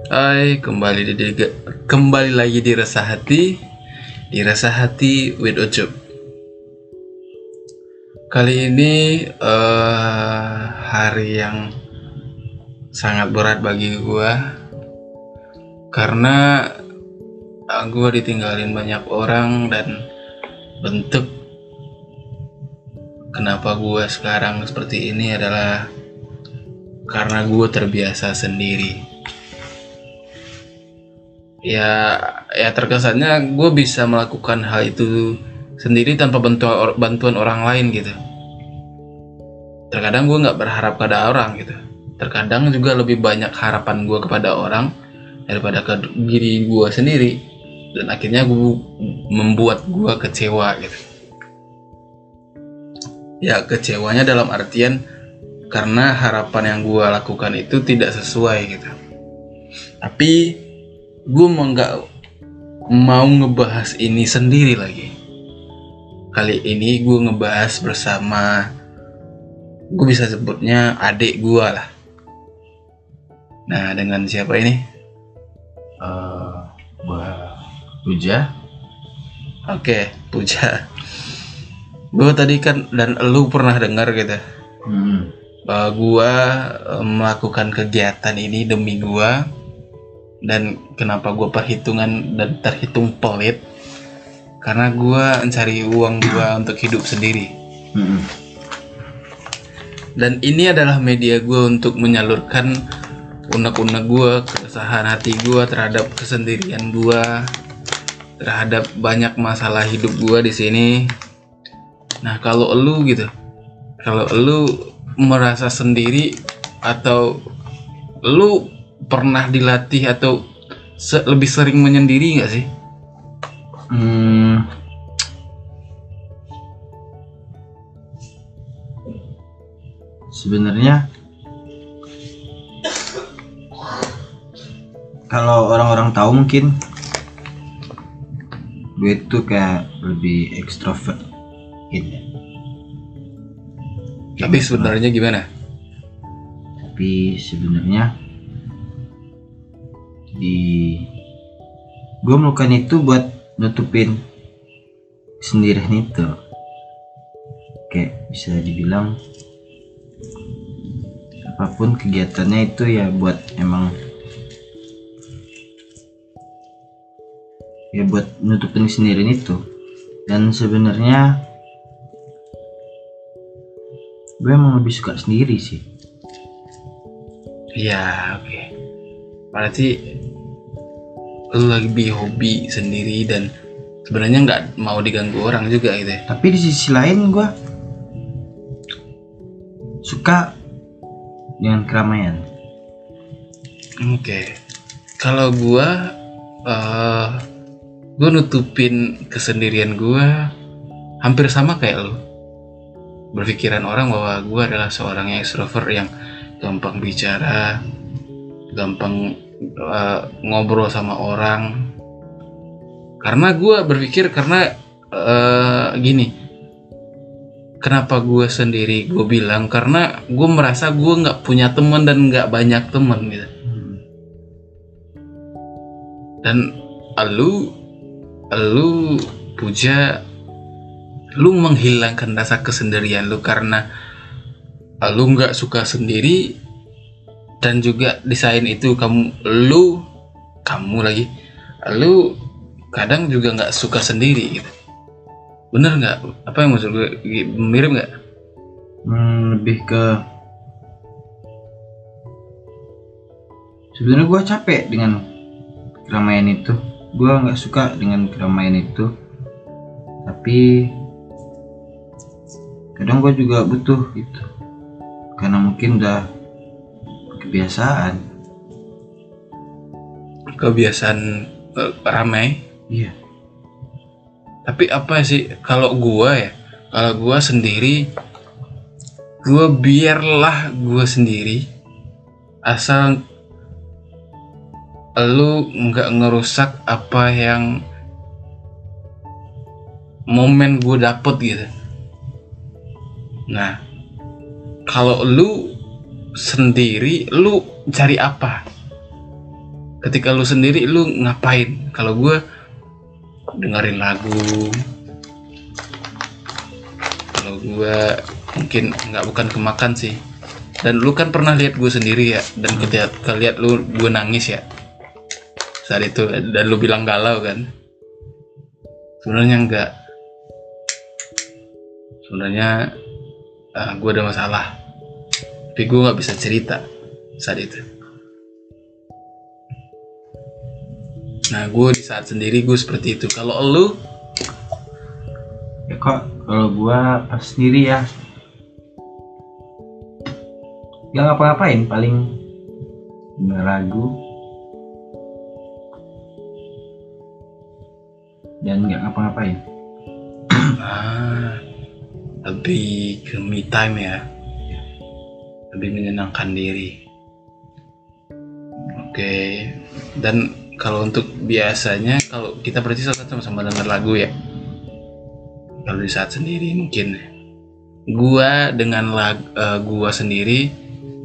Hai, kembali lagi di Resah Hati with Ucup. Kali ini hari yang sangat berat bagi gua karena gua ditinggalin banyak orang, dan bentuk kenapa gua sekarang seperti ini adalah karena gua terbiasa sendiri. Ya terkesannya gue bisa melakukan hal itu sendiri tanpa bantuan orang lain gitu. Terkadang gue nggak berharap pada orang gitu. Terkadang juga lebih banyak harapan gue kepada orang daripada ke diri gue sendiri, dan akhirnya gue membuat gue kecewa gitu. Ya kecewanya dalam artian karena harapan yang gue lakukan itu tidak sesuai gitu. Tapi gue nggak mau ngebahas ini sendiri lagi. Kali ini gue ngebahas bersama, gue bisa sebutnya adik gue lah. Nah, dengan siapa ini? Gue Puja. Oke, Puja. Gue tadi kan, dan lu pernah dengar gitu, bahwa gue melakukan kegiatan ini demi gue. Dan kenapa gue perhitungan dan terhitung pelit? Karena gue mencari uang gue untuk hidup sendiri. Dan ini adalah media gue untuk menyalurkan unek-unek gue, keresahan hati gue terhadap kesendirian gue, terhadap banyak masalah hidup gue di sini. Nah, kalau lu merasa sendiri, atau lu pernah dilatih atau lebih sering menyendiri nggak sih? Sebenarnya kalau orang-orang tahu mungkin gue itu kayak lebih ekstrovert gitu. Tapi sebenarnya gimana? Tapi sebenarnya gue melakukan itu buat nutupin sendirian itu. Kayak bisa dibilang apapun kegiatannya itu ya buat buat nutupin sendirian itu. Dan sebenarnya gue emang lebih suka sendiri sih. Ya, oke. Berarti lu lagi hobi sendiri dan sebenarnya nggak mau diganggu orang juga gitu ya. Tapi di sisi lain gue suka dengan keramaian. Oke. Kalau gue nutupin kesendirian gue hampir sama kayak lu. Berpikiran orang bahwa gue adalah seorang yang extrovert, yang gampang bicara, gampang ngobrol sama orang. Karena gue berpikir gini, kenapa gue sendiri? Gue bilang karena gue merasa gue nggak punya teman dan nggak banyak teman gitu. Dan lu Puja, lu menghilangkan rasa kesendirian lu karena lu nggak suka sendiri, dan juga desain itu lu kadang juga nggak suka sendiri gitu. Bener nggak? Apa yang maksud gue, mirip nggak? Lebih ke sebenarnya gue capek dengan keramaian itu. Gue nggak suka dengan keramaian itu, tapi kadang gue juga butuh itu karena mungkin udah kebiasaan ramai. Iya. Tapi apa sih, kalau gue sendiri, gue biarlah gue sendiri, asal lu nggak ngerusak apa yang momen gue dapet gitu. Nah, kalau lu sendiri, lu cari apa? ketika lu sendiri lu ngapain? Kalau gue dengerin lagu. Kalau gue mungkin bukan kemakan sih. Dan lu kan pernah lihat gue sendiri ya, dan ketika lihat gue nangis ya saat itu, dan lu bilang galau kan. Sebenarnya enggak. Sebenarnya gue ada masalah, tapi gue nggak bisa cerita saat itu. Nah, gue di saat sendiri gue seperti itu. Kalau lu? Ya kok kalau gue pas sendiri ya nggak ngapa-ngapain, paling denger lagu dan nggak ngapa-ngapain. Lebih ke me time ya, lebih menyenangkan diri. Oke. Dan kalau untuk biasanya, kalau kita berarti sama-sama denger lagu ya. Kalau di saat sendiri mungkin gua dengan gua sendiri,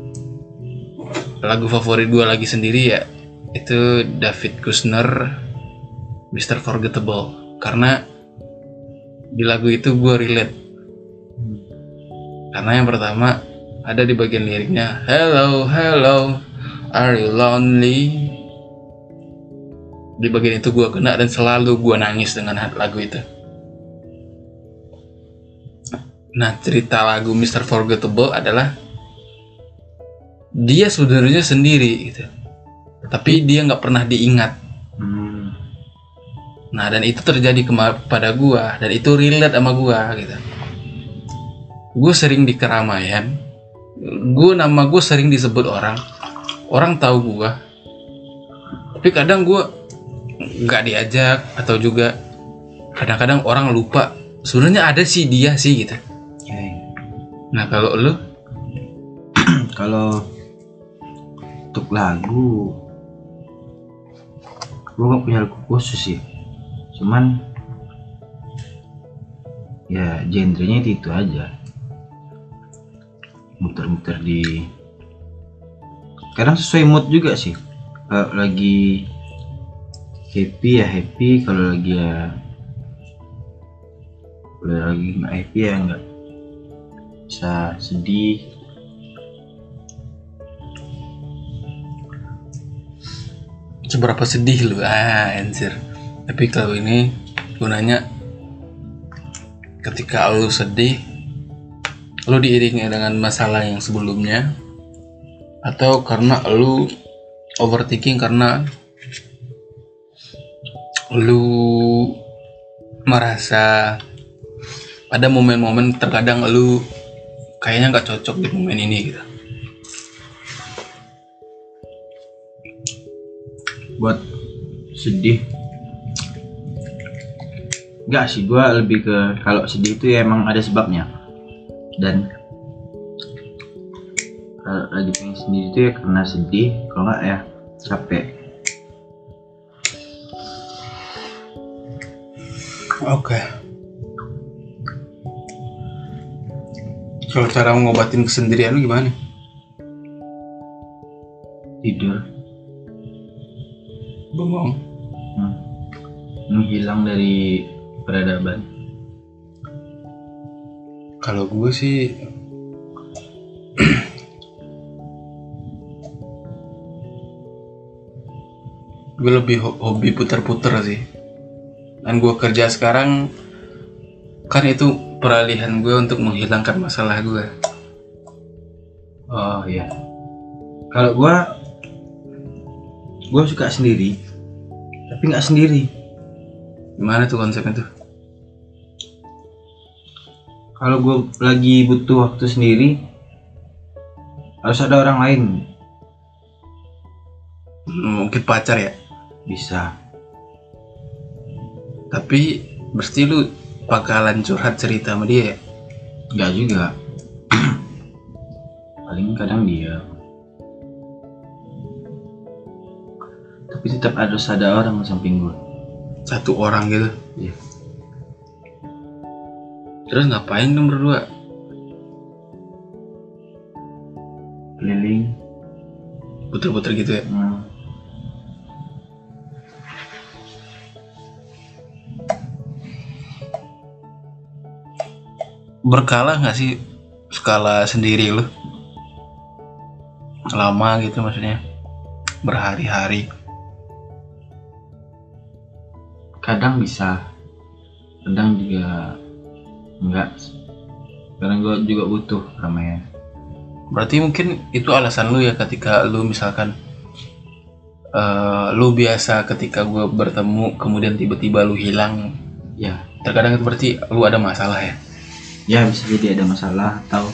lagu favorit gua lagi sendiri ya itu David Kushner, Mr. Forgettable. Karena di lagu itu gua relate. Karena yang pertama ada di bagian liriknya, hello hello are you lonely. Di bagian itu gue kena dan selalu gue nangis dengan lagu itu. Nah, cerita lagu Mr. Forgettable adalah dia sebenarnya sendiri gitu, tapi dia nggak pernah diingat. Nah, dan itu terjadi pada gue, dan itu relate sama gue gitu. Gue sering di keramaian, nama gue sering disebut orang tahu gue, tapi kadang gue nggak diajak, atau juga kadang-kadang orang lupa sebenarnya ada sih dia sih gitu. Nah, kalau lu? Kalau untuk lagu gue gak punya lagu khusus ya, cuman ya genrenya itu aja, muter-muter di, kadang sesuai mood juga sih. Kalau lagi happy ya happy, kalau lagi nggak happy ya nggak, bisa sedih. Seberapa sedih lu? Anjir. Tapi kalau ini gue nanya, ketika lu sedih, lu diiringi dengan masalah yang sebelumnya, atau karena lu overthinking karena lu merasa ada momen-momen terkadang lu kayaknya nggak cocok di momen ini gitu. Buat sedih enggak sih, gue lebih ke kalau sedih itu ya emang ada sebabnya, dan kalau lagi pengen sendiri itu ya karena sedih, kalau nggak ya capek. Oke. Kalau cara mengobatin kesendirian lu gimana? Tidur, Bengong. menghilang dari peradaban. Kalau gue sih gue lebih hobi puter-puter sih. Dan gue kerja sekarang kan itu peralihan gue untuk menghilangkan masalah gue. Oh iya, kalau gue suka sendiri tapi nggak sendiri. Gimana tuh konsepnya tuh? Kalau gue lagi butuh waktu sendiri harus ada orang lain. Mungkin pacar ya? Bisa. Tapi berarti lu bakalan curhat cerita sama dia ya? Nggak juga. Paling kadang dia. Tapi tetap harus ada orang di samping gue. Satu orang gitu? Iya. Terus ngapain dong berdua? Keliling. Puter-puter gitu ya? berkala nggak sih, skala sendiri lu? Lama gitu maksudnya, berhari-hari. Kadang bisa, kadang juga enggak. Karena gue juga butuh ramaian. Berarti mungkin itu alasan lu ya, ketika lu misalkan lu biasa ketika gue bertemu kemudian tiba-tiba lu hilang, Ya, terkadang itu berarti lu ada masalah ya. ya bisa jadi ada masalah atau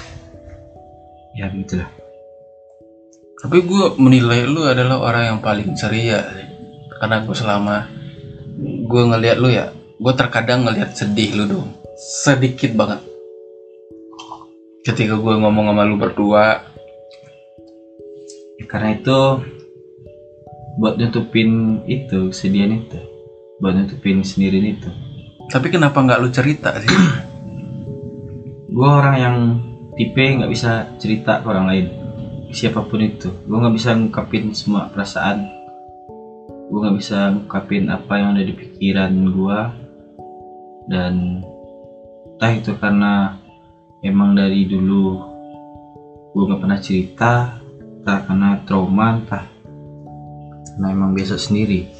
ya begitulah. Tapi gue menilai lu adalah orang yang paling ceria sih. Karena gue ngelihat lu ya, gue terkadang ngelihat sedih lu dong, sedikit banget. Ketika gue ngomong sama lu berdua, Ya, karena itu buat nutupin itu kesedihan itu, buat nutupin sendirian itu. tapi kenapa nggak lu cerita sih? Gue orang yang tipe nggak bisa cerita ke orang lain, siapapun itu. Gue nggak bisa ngungkapin semua perasaan, gue nggak bisa ngungkapin apa yang ada di pikiran gue. Dan entah itu karena emang dari dulu gue nggak pernah cerita, entah karena trauma, entah karena emang biasa sendiri.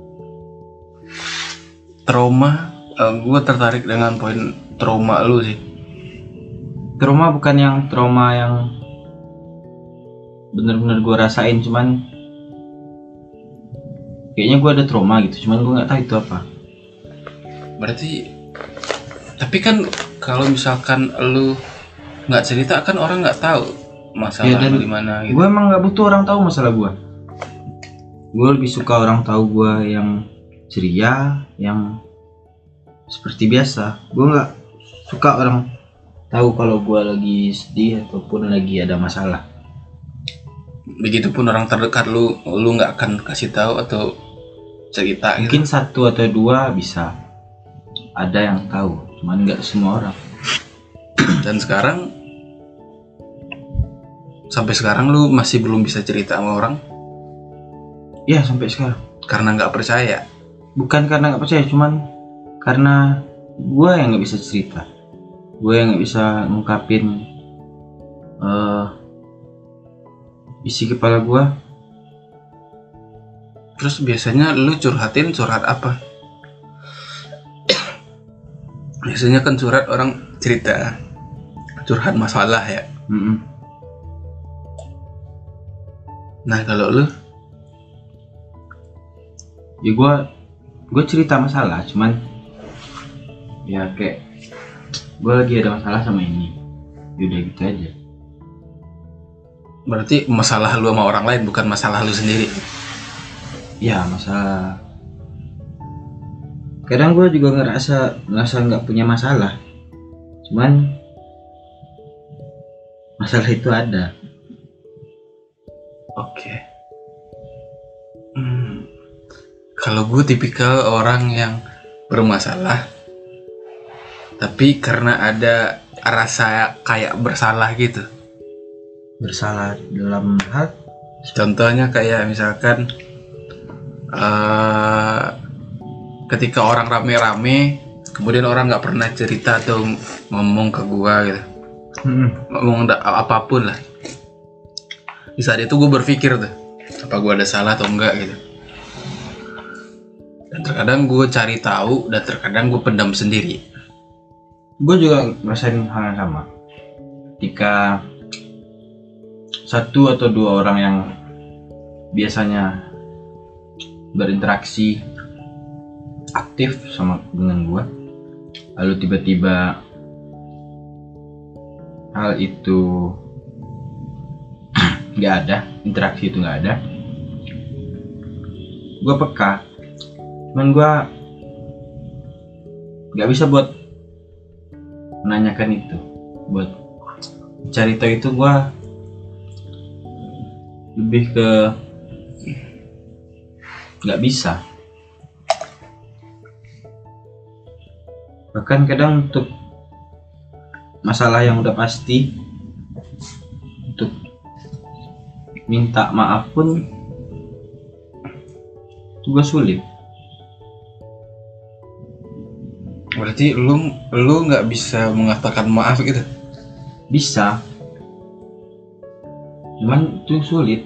Trauma, gue tertarik dengan poin trauma lu sih. Trauma bukan yang trauma yang bener-bener gue rasain, cuman kayaknya gue ada trauma gitu, cuman gue nggak tahu itu apa. Berarti, tapi kan kalau misalkan lu nggak cerita kan orang nggak tahu masalah Ya, dan lu di mana gitu. gue emang nggak butuh orang tahu masalah gue. Gue lebih suka orang tahu gue yang ceria, yang seperti biasa. Gue nggak suka orang tahu kalau gue lagi sedih ataupun lagi ada masalah. Begitupun orang terdekat lu nggak akan kasih tahu atau cerita gitu. Mungkin satu atau dua bisa ada yang tahu, cuman nggak semua orang. Dan sampai sekarang lu masih belum bisa cerita sama orang Ya sampai sekarang. karena nggak percaya. Bukan karena nggak percaya, cuman karena gue yang nggak bisa cerita, gue yang nggak bisa ngungkapin isi kepala gue. Terus biasanya lu curhat apa? Biasanya kan curhat orang cerita, curhat masalah ya. Nah kalau lu, Ya gue cerita masalah, cuman ya kayak gue lagi ada masalah sama ini, udah gitu aja. berarti masalah lu sama orang lain bukan masalah lu sendiri. Ya masalah, kadang gue juga ngerasa nggak punya masalah, cuman masalah itu ada. Oke. Kalau gue tipikal orang yang bermasalah, tapi karena ada rasa kayak bersalah gitu. Bersalah dalam hal, Contohnya kayak misalkan ketika orang rame-rame, kemudian orang nggak pernah cerita atau ngomong ke gue gitu, ngomong apapun lah. Di saat itu gue berpikir tuh, apa gue ada salah atau enggak gitu. Dan terkadang gue cari tahu dan terkadang gue pendam sendiri. gue juga ngerasain hal yang sama. Ketika satu atau dua orang yang biasanya berinteraksi aktif sama dengan gue, lalu tiba-tiba hal itu nggak ada, interaksi itu nggak ada, gue peka. Cuman gue nggak bisa buat menanyakan itu, buat cari tahu itu. Gue lebih ke nggak bisa. Bahkan kadang untuk masalah yang udah pasti, untuk minta maaf pun juga sulit. Berarti lu nggak bisa mengatakan maaf gitu? Bisa, cuman itu sulit.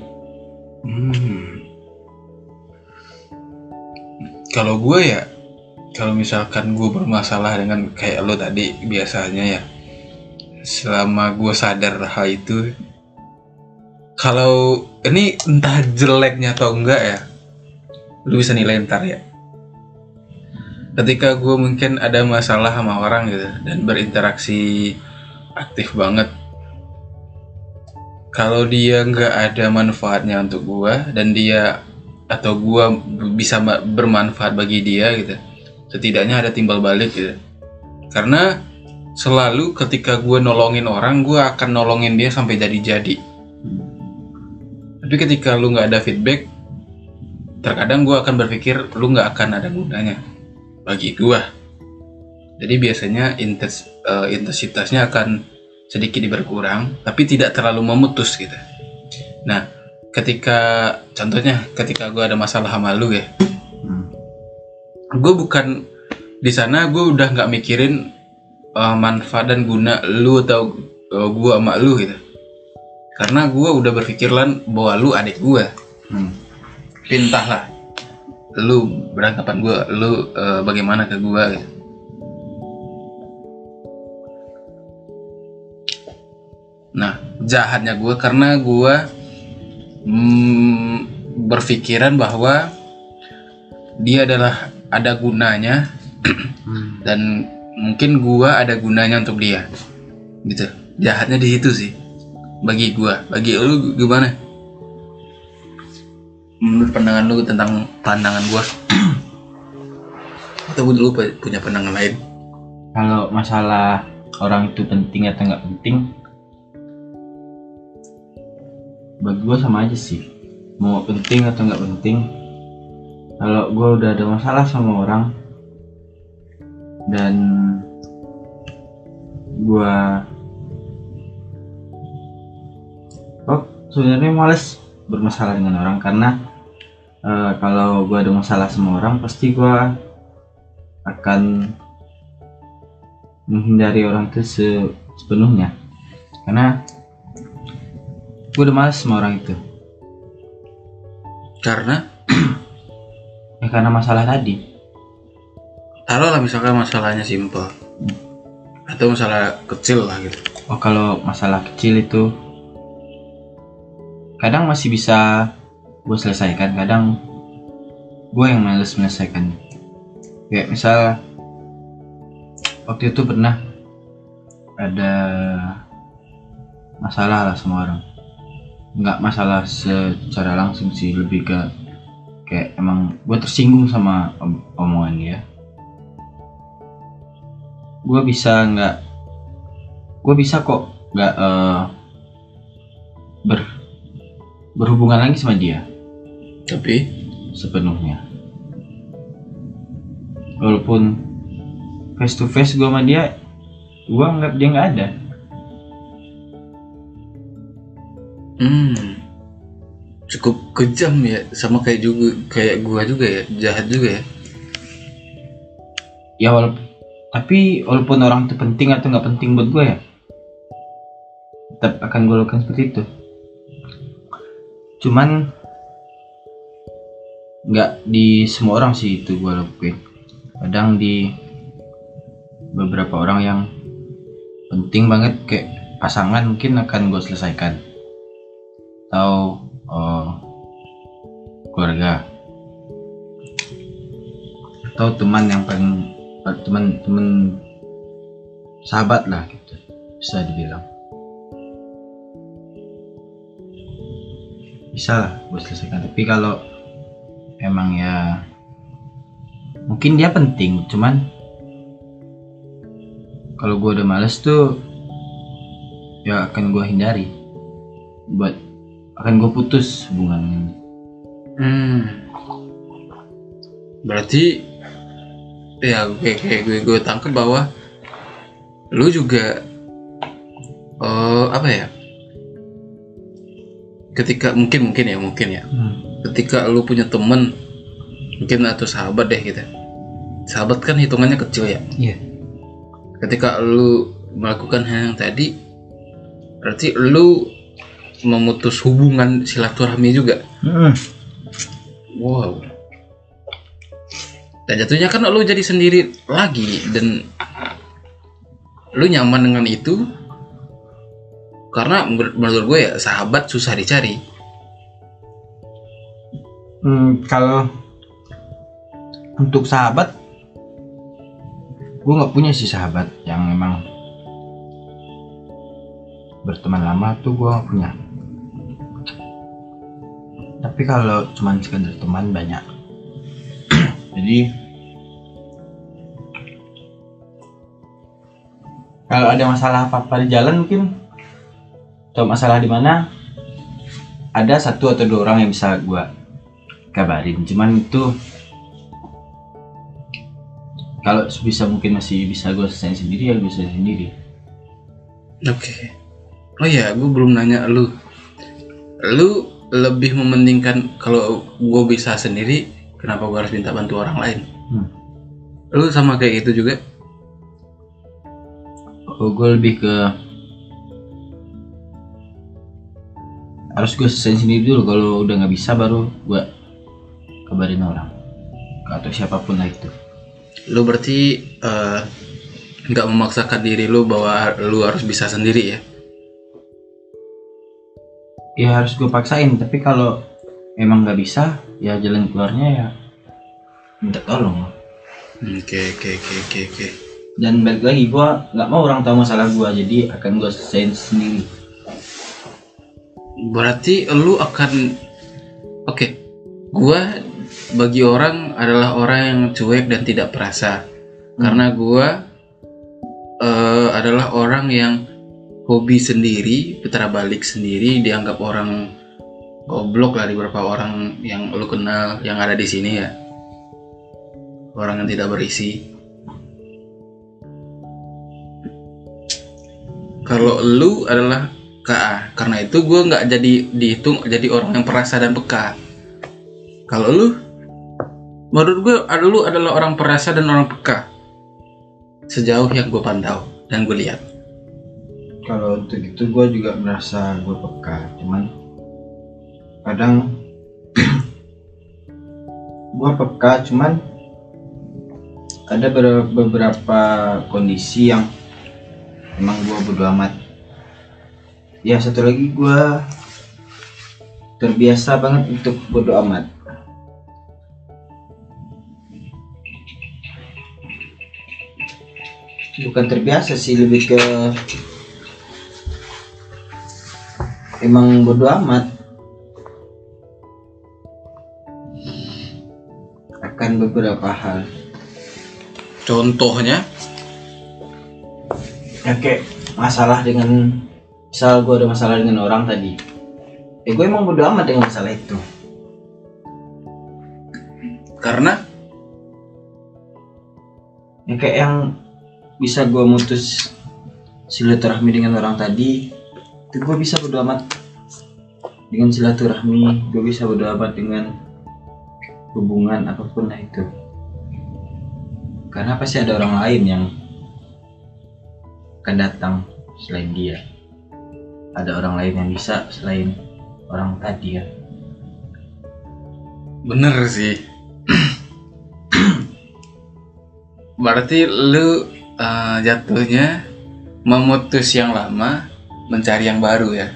Kalau gue ya, kalau misalkan gue bermasalah dengan kayak lo tadi, biasanya ya, selama gue sadar hal itu, kalau ini entah jeleknya atau enggak ya, lu bisa nilai ntar ya. Ketika gue mungkin ada masalah sama orang gitu dan berinteraksi aktif banget, kalau dia nggak ada manfaatnya untuk gue dan dia atau gue bisa bermanfaat bagi dia gitu, setidaknya ada timbal balik gitu. Karena selalu ketika gue nolongin orang, gue akan nolongin dia sampai jadi. Tapi ketika lu nggak ada feedback, terkadang gue akan berpikir lu nggak akan ada gunanya bagi gue. Jadi biasanya intensitasnya akan sedikit berkurang, tapi tidak terlalu memutus gitu. Nah, contohnya ketika gue ada masalah sama lu ya, gue bukan di sana, gue udah nggak mikirin manfaat dan guna lu atau gue sama lu gitu. Karena gue udah berpikir bahwa lu adik gue. Entahlah lu beranggapan gue, lu bagaimana ke gue gitu. Nah, jahatnya gue karena gue berpikiran bahwa dia adalah ada gunanya dan mungkin gue ada gunanya untuk dia gitu. Jahatnya di situ sih bagi gue. Bagi lu gimana? Menurut pandangan lu tentang pandangan gue? Atau lu punya pandangan lain? Kalau masalah orang itu penting atau nggak penting, bagi gue sama aja sih, mau penting atau nggak penting. Kalau gue udah ada masalah sama orang dan gue sebenarnya males bermasalah dengan orang, karena kalau gue ada masalah sama orang pasti gue akan menghindari orang itu sepenuhnya, karena gue udah males sama orang itu. Karena ya karena masalah tadi. Taruhlah misalkan masalahnya simpel atau masalah kecil lah gitu. Kalau masalah kecil itu kadang masih bisa gue selesaikan, kadang gue yang males menyelesaikan. Kayak misal waktu itu pernah ada masalah lah sama orang, nggak masalah secara langsung sih, lebih ke kayak emang gue tersinggung sama omongan dia. Gue bisa kok nggak berhubungan lagi sama dia, tapi sepenuhnya, walaupun face to face gue sama dia, gue anggap dia nggak ada. Cukup kejam ya, sama kayak gue juga ya, jahat juga ya. Ya walaupun orang itu penting atau nggak penting buat gue ya, tetap akan gue lakukan seperti itu. Cuman nggak di semua orang sih itu gue lakuin. Kadang di beberapa orang yang penting banget kayak pasangan mungkin akan gue selesaikan, atau keluarga, atau teman yang paling teman sahabat lah gitu, bisa dibilang. Bisa lah gue selesaikan. Tapi kalau emang ya mungkin dia penting, cuman kalau gue udah males tuh ya akan gue hindari, akan gue putus hubungan ini. Berarti ya kayak gue tangkap bahwa lu juga apa ya, ketika mungkin ya ketika lu punya temen mungkin atau sahabat deh gitu, sahabat kan hitungannya kecil ya. Iya. Ketika lu melakukan hal yang tadi, berarti lu memutus hubungan silaturahmi juga. Wow. Dan jatuhnya kan lu jadi sendiri lagi, dan lu nyaman dengan itu. Karena menurut gue ya, sahabat susah dicari. Kalau untuk sahabat, gue nggak punya sih sahabat yang memang berteman lama tuh, gue nggak punya. Tapi kalau cuman sekedar teman banyak. Jadi kalau ada masalah apa-apa di jalan mungkin, atau masalah di mana, ada satu atau dua orang yang bisa gue kabarin. Cuman itu kalau bisa mungkin masih bisa gue selesai sendiri, ya bisa sendiri. Oke. Oh iya, gue belum nanya lu. Lu lebih mementingkan kalau gue bisa sendiri, kenapa gue harus minta bantu orang lain? Lu sama kayak gitu juga? Oh, gue lebih ke harus gue selesai sendiri dulu. Kalau udah nggak bisa baru gue kabarin orang atau siapapun lah itu. Lu berarti nggak memaksakan diri lu bahwa lu harus bisa sendiri ya? Ya harus gue paksain, tapi kalau emang nggak bisa, ya jalan keluarnya ya minta tolong. Oke. Dan balik lagi, gue nggak mau orang tahu masalah gue, jadi akan gue selesaiin sendiri. Berarti lu akan gua bagi orang adalah orang yang cuek dan tidak perasa. Karena gua adalah orang yang hobi sendiri, putar balik sendiri, dianggap orang goblok lah di beberapa orang yang lu kenal yang ada di sini ya. Orang yang tidak berisi. Kalau lu adalah KA, karena itu gue nggak jadi dihitung jadi orang yang perasa dan peka. Kalau lu, menurut gue lu adalah orang perasa dan orang peka sejauh yang gue pantau dan gue lihat. Kalau untuk itu gue juga merasa gue peka, cuman kadang gue peka, cuman ada beberapa kondisi yang emang gue bodo amat. Ya satu lagi, gue terbiasa banget untuk bodo amat. Bukan terbiasa sih, lebih ke emang bodo amat akan beberapa hal. Contohnya? Ya kayak masalah dengan, misal gue ada masalah dengan orang tadi, gue emang bodo amat dengan masalah itu. Karena? Ya kayak yang bisa gue mutus silaturahmi dengan orang tadi, itu gue bisa bodo amat dengan silaturahmi, gue bisa bodo amat dengan hubungan apapun lah itu. Karena pasti ada orang lain yang akan datang selain dia. Ada orang lain yang bisa selain orang tadi ya. Bener sih. Berarti lu jatuhnya memutus yang lama, mencari yang baru ya?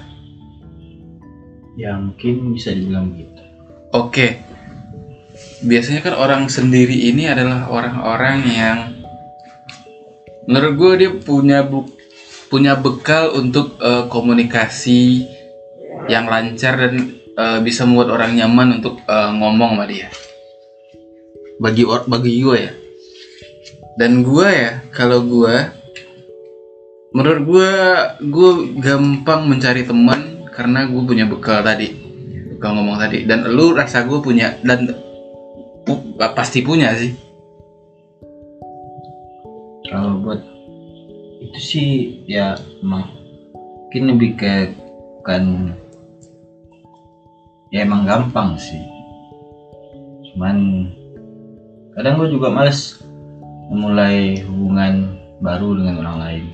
Ya mungkin bisa dibilang gitu. Oke. Biasanya kan orang sendiri ini adalah orang-orang yang menurut gue dia punya bekal untuk komunikasi yang lancar dan bisa membuat orang nyaman untuk ngomong sama dia. Bagi gue ya. Dan gue ya, kalau menurut gue gampang mencari teman karena gue punya bekal ngomong tadi. Dan lu rasa gue punya, dan pasti punya sih. Kalau buat itu sih ya emang mungkin lebih ke kan, ya emang gampang sih. Cuman kadang gue juga males memulai hubungan baru dengan orang lain.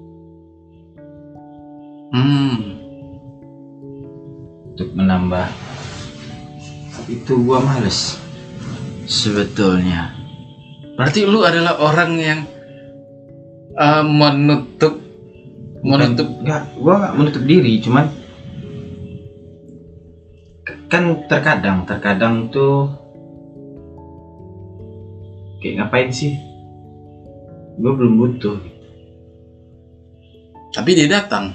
Untuk menambah itu gua males sebetulnya. Berarti lu adalah orang yang menutup Gua nggak menutup diri, cuman kan terkadang tuh kayak ngapain sih, gue belum butuh, tapi dia datang.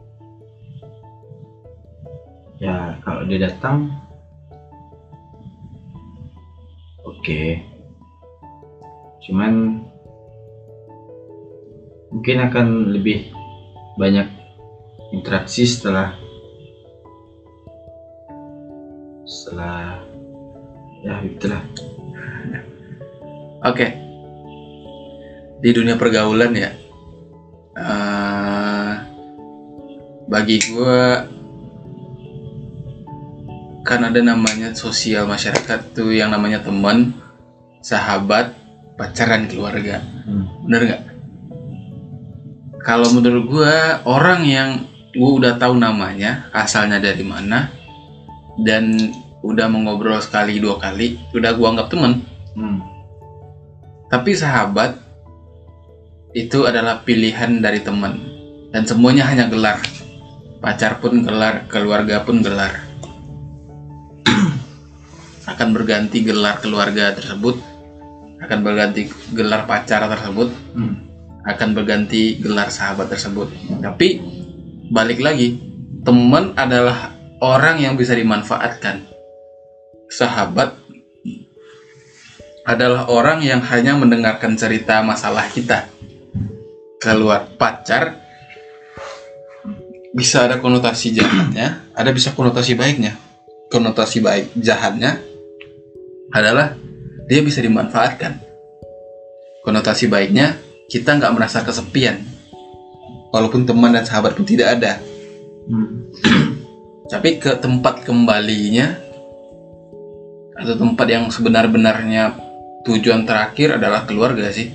ya kalau dia datang oke. Cuman mungkin akan lebih banyak interaksi setelah ya itulah. Oke. Di dunia pergaulan ya, bagi gue kan ada namanya sosial masyarakat tuh, yang namanya teman, sahabat, pacaran, keluarga. Bener nggak? Kalau menurut gue, orang yang gue udah tahu namanya, asalnya dari mana, dan udah mengobrol sekali 2 kali, udah gue anggap teman. Tapi sahabat itu adalah pilihan dari teman, dan semuanya hanya gelar. Pacar pun gelar, keluarga pun gelar. Akan berganti gelar keluarga tersebut, akan berganti gelar pacar tersebut, akan berganti gelar sahabat tersebut. Tapi balik lagi, teman adalah orang yang bisa dimanfaatkan. Sahabat adalah orang yang hanya mendengarkan cerita masalah kita. Keluar pacar bisa ada konotasi jahatnya, ada bisa konotasi baiknya. Konotasi baik jahatnya adalah dia bisa dimanfaatkan. Konotasi baiknya, kita nggak merasa kesepian walaupun teman dan sahabat pun tidak ada. Tapi ke tempat kembalinya atau tempat yang sebenar-benarnya tujuan terakhir adalah keluarga sih.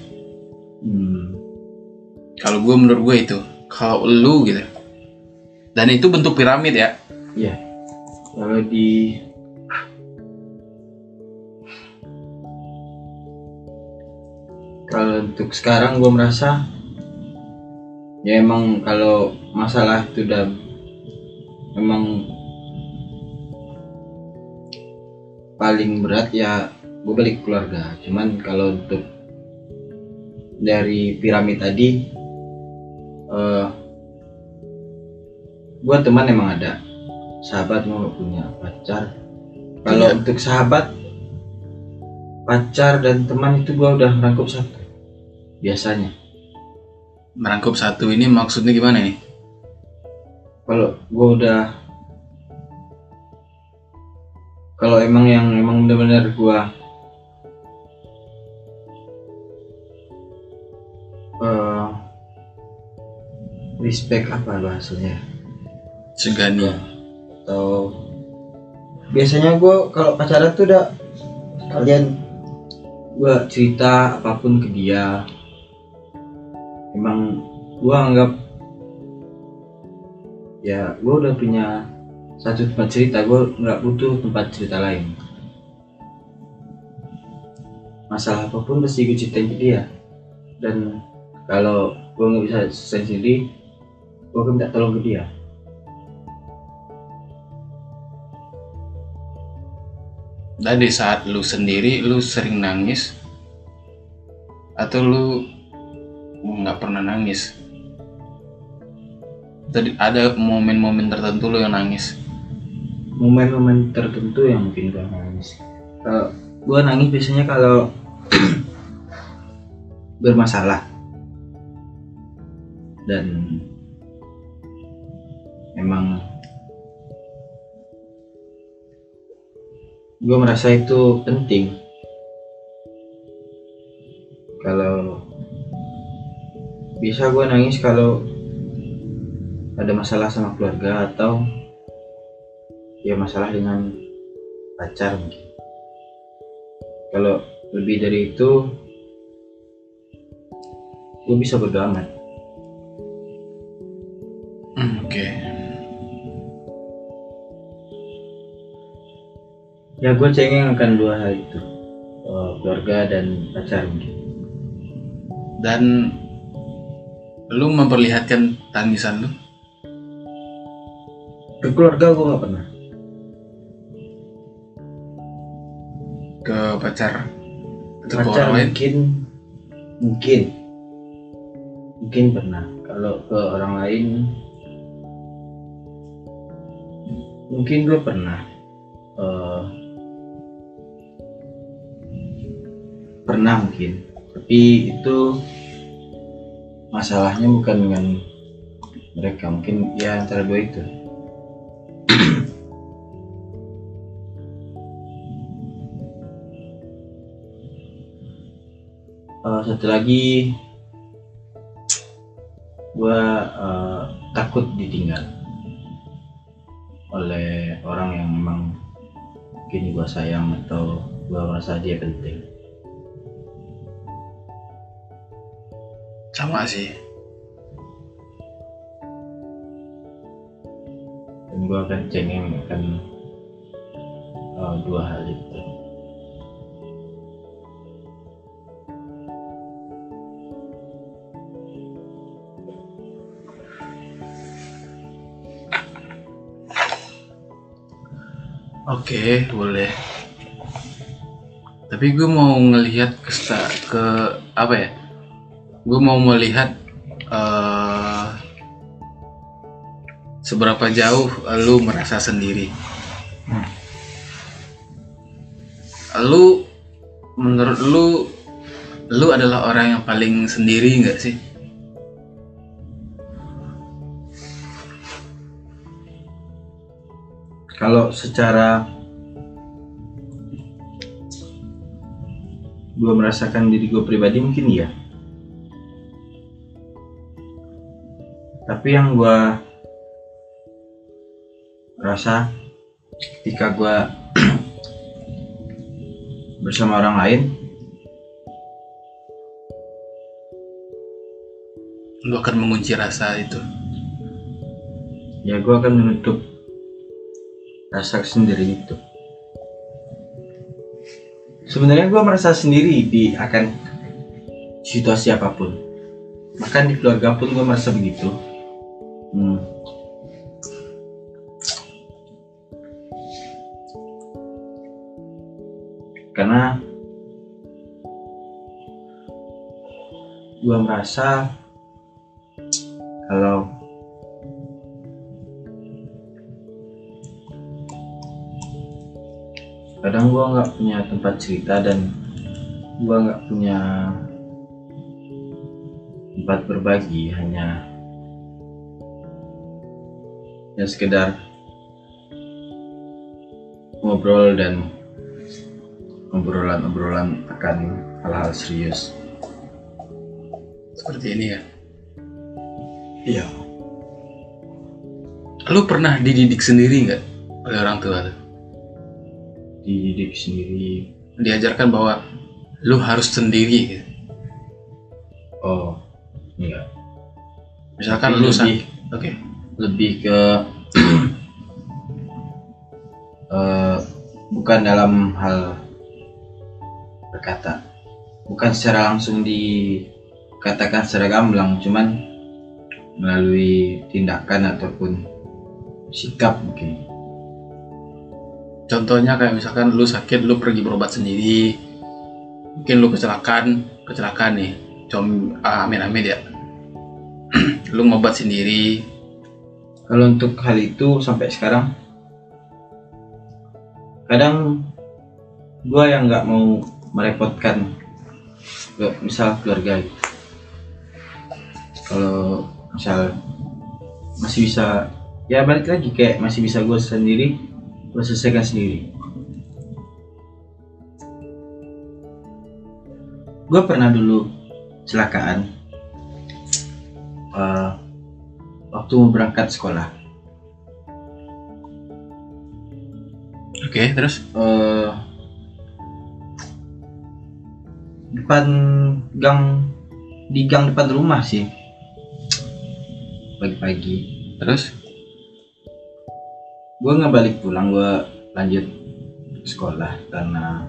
Kalau gue, menurut gue itu. Kalau lu gitu, dan itu bentuk piramid ya. Iya. Kalau untuk sekarang gue merasa ya emang kalau masalah itu udah memang paling berat, ya gue balik keluarga. Cuman kalau untuk dari piramid tadi, gue teman emang ada, sahabat gue gak punya, pacar. Kalau untuk sahabat, pacar dan teman itu gue udah merangkup satu biasanya. Merangkup satu ini maksudnya gimana nih? Kalau emang benar-benar gue respect, apa bahasanya, Segani. atau biasanya gue kalau pacaran tuh udah kalian gue cerita apapun ke dia. Emang gue anggap ya gue udah punya satu tempat cerita, gue nggak butuh tempat cerita lain. Masalah apapun pasti gue ceritain ke dia, dan kalau gue nggak bisa selesai sendiri, gue akan minta tolong ke dia. Dan di saat lu sendiri, lu sering nangis atau lu nggak pernah nangis? Tadi ada momen-momen tertentu lu yang nangis. Momen-momen tertentu yang mungkin gue nangis. Kalau gue nangis biasanya kalau bermasalah, dan memang gue merasa itu penting. Kalau bisa gue nangis kalau ada masalah sama keluarga, atau ya masalah dengan pacar mungkin. Kalau lebih dari itu gue bisa bodo amat. Oke. Ya gue cengeng akan dua hal itu, keluarga dan pacar mungkin. Dan lu memperlihatkan tangisan lu Ke keluarga gue nggak pernah. ke pacar atau ke Pacar orang lain? mungkin pernah. Kalau ke orang lain mungkin gue pernah. Pernah mungkin, tapi itu masalahnya bukan dengan mereka, mungkin ya antara dua itu. Satu lagi, gue takut ditinggal oleh orang yang memang mungkin gue sayang atau gue merasa dia penting. Sama sih. Dan gue akan cengeng akan dua hal itu. Oke, boleh. Tapi gue mau ngelihat ke apa ya? Gue mau melihat seberapa jauh lu merasa sendiri. Lu menurut lu adalah orang yang paling sendiri nggak sih? Kalau secara gue merasakan diri gue pribadi mungkin iya. Tapi yang gue rasa ketika gue bersama orang lain, Lu akan mengunci rasa itu. ya gue akan menutup rasa sendiri itu. Sebenarnya gue merasa sendiri di akan situasi apapun. Bahkan di keluarga pun gue merasa begitu. Karena gue merasa kalau kadang gue nggak punya tempat cerita dan gue nggak punya tempat berbagi, hanya ya sekedar ngobrol dan obrolan akan hal-hal serius Seperti ini ya. Iya. Lu pernah dididik sendiri nggak oleh orang tua lu? Dididik sendiri. Diajarkan bahwa lu harus sendiri gitu. Oh iya. Misalkan Tapi lu lebih ke bukan dalam hal berkata, bukan secara langsung dikatakan secara gamblang, cuman melalui tindakan ataupun sikap mungkin. Contohnya kayak misalkan lu sakit, lu pergi berobat sendiri. Mungkin lu kecelakaan nih. Amin ya. Lu ngobat sendiri. Kalau untuk hal itu sampai sekarang, kadang gue yang nggak mau merepotkan misal keluarga gitu. Kalau misal masih bisa, ya balik lagi kayak masih bisa gue sendiri, gue selesaikan sendiri. Gue pernah dulu kecelakaan waktu mau berangkat sekolah. Oke, terus? Depan gang di gang depan rumah sih pagi-pagi. Terus Gue nggak balik pulang, gue lanjut sekolah karena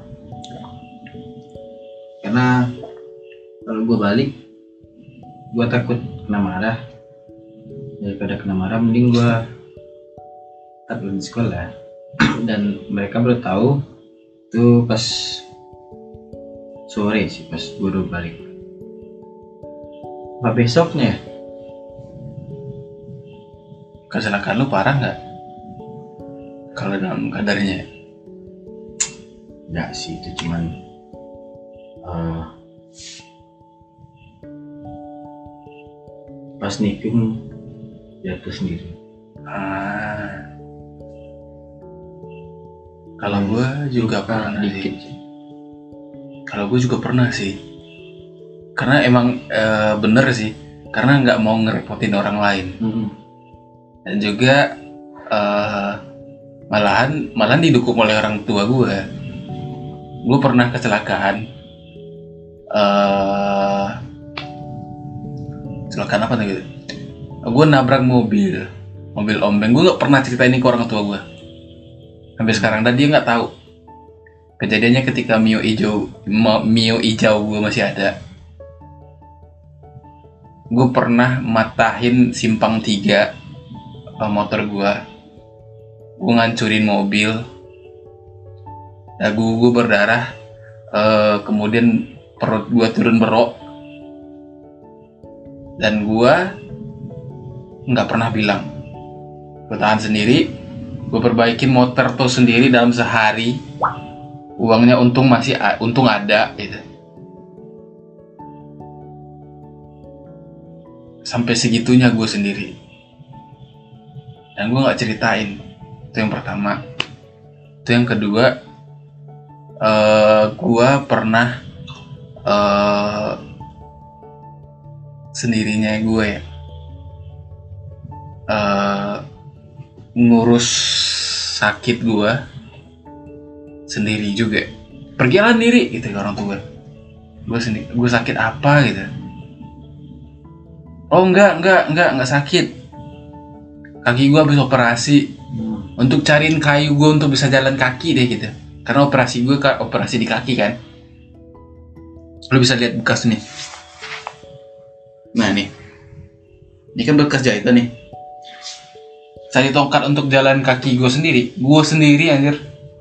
kalau gue balik gue takut kena marah. Daripada kena marah mending gue tetap di sekolah. Dan mereka baru tahu tuh pas sore sih, pas gue udah balik. Apa besoknya? kecelakaan lu parah nggak? Kalau dalam kadarnya? Enggak sih, itu cuman pas nikung jatuh sendiri. Kalau gue juga pernah dikit sih. Kalau gue juga pernah sih. Karena emang bener sih. Karena nggak mau ngerepotin orang lain. Dan juga malahan didukung oleh orang tua gue. Gue pernah kecelakaan. Kecelakaan apa tuh gitu? Gue nabrak mobil ombeng. Gue nggak pernah cerita ini ke orang tua gue. Sampai sekarang dan dia nggak tahu. Kejadiannya ketika Mio hijau gue masih ada. Gue pernah matahin simpang 3 motor gue ngancurin mobil, dagu gue berdarah, kemudian perut gue turun berok, dan gue nggak pernah bilang. Gue tahan sendiri, gue perbaikin motor tuh sendiri dalam sehari. Uangnya untung ada gitu. Sampai segitunya gue sendiri. Dan gue gak ceritain. Itu yang pertama. Itu yang kedua, gue pernah sendirinya gue ya, ngurus sakit gue sendiri juga. Pergilah sendiri gitu ke orang tua. Gue sakit apa gitu. Oh enggak sakit. Kaki gue habis operasi. Untuk cariin kayu gue untuk bisa jalan kaki deh gitu. Karena operasi gue operasi di kaki kan. Lo bisa lihat bekas nih. Nah nih. Ini kan bekas jahitan nih. Cari tongkat untuk jalan kaki gue sendiri anjir.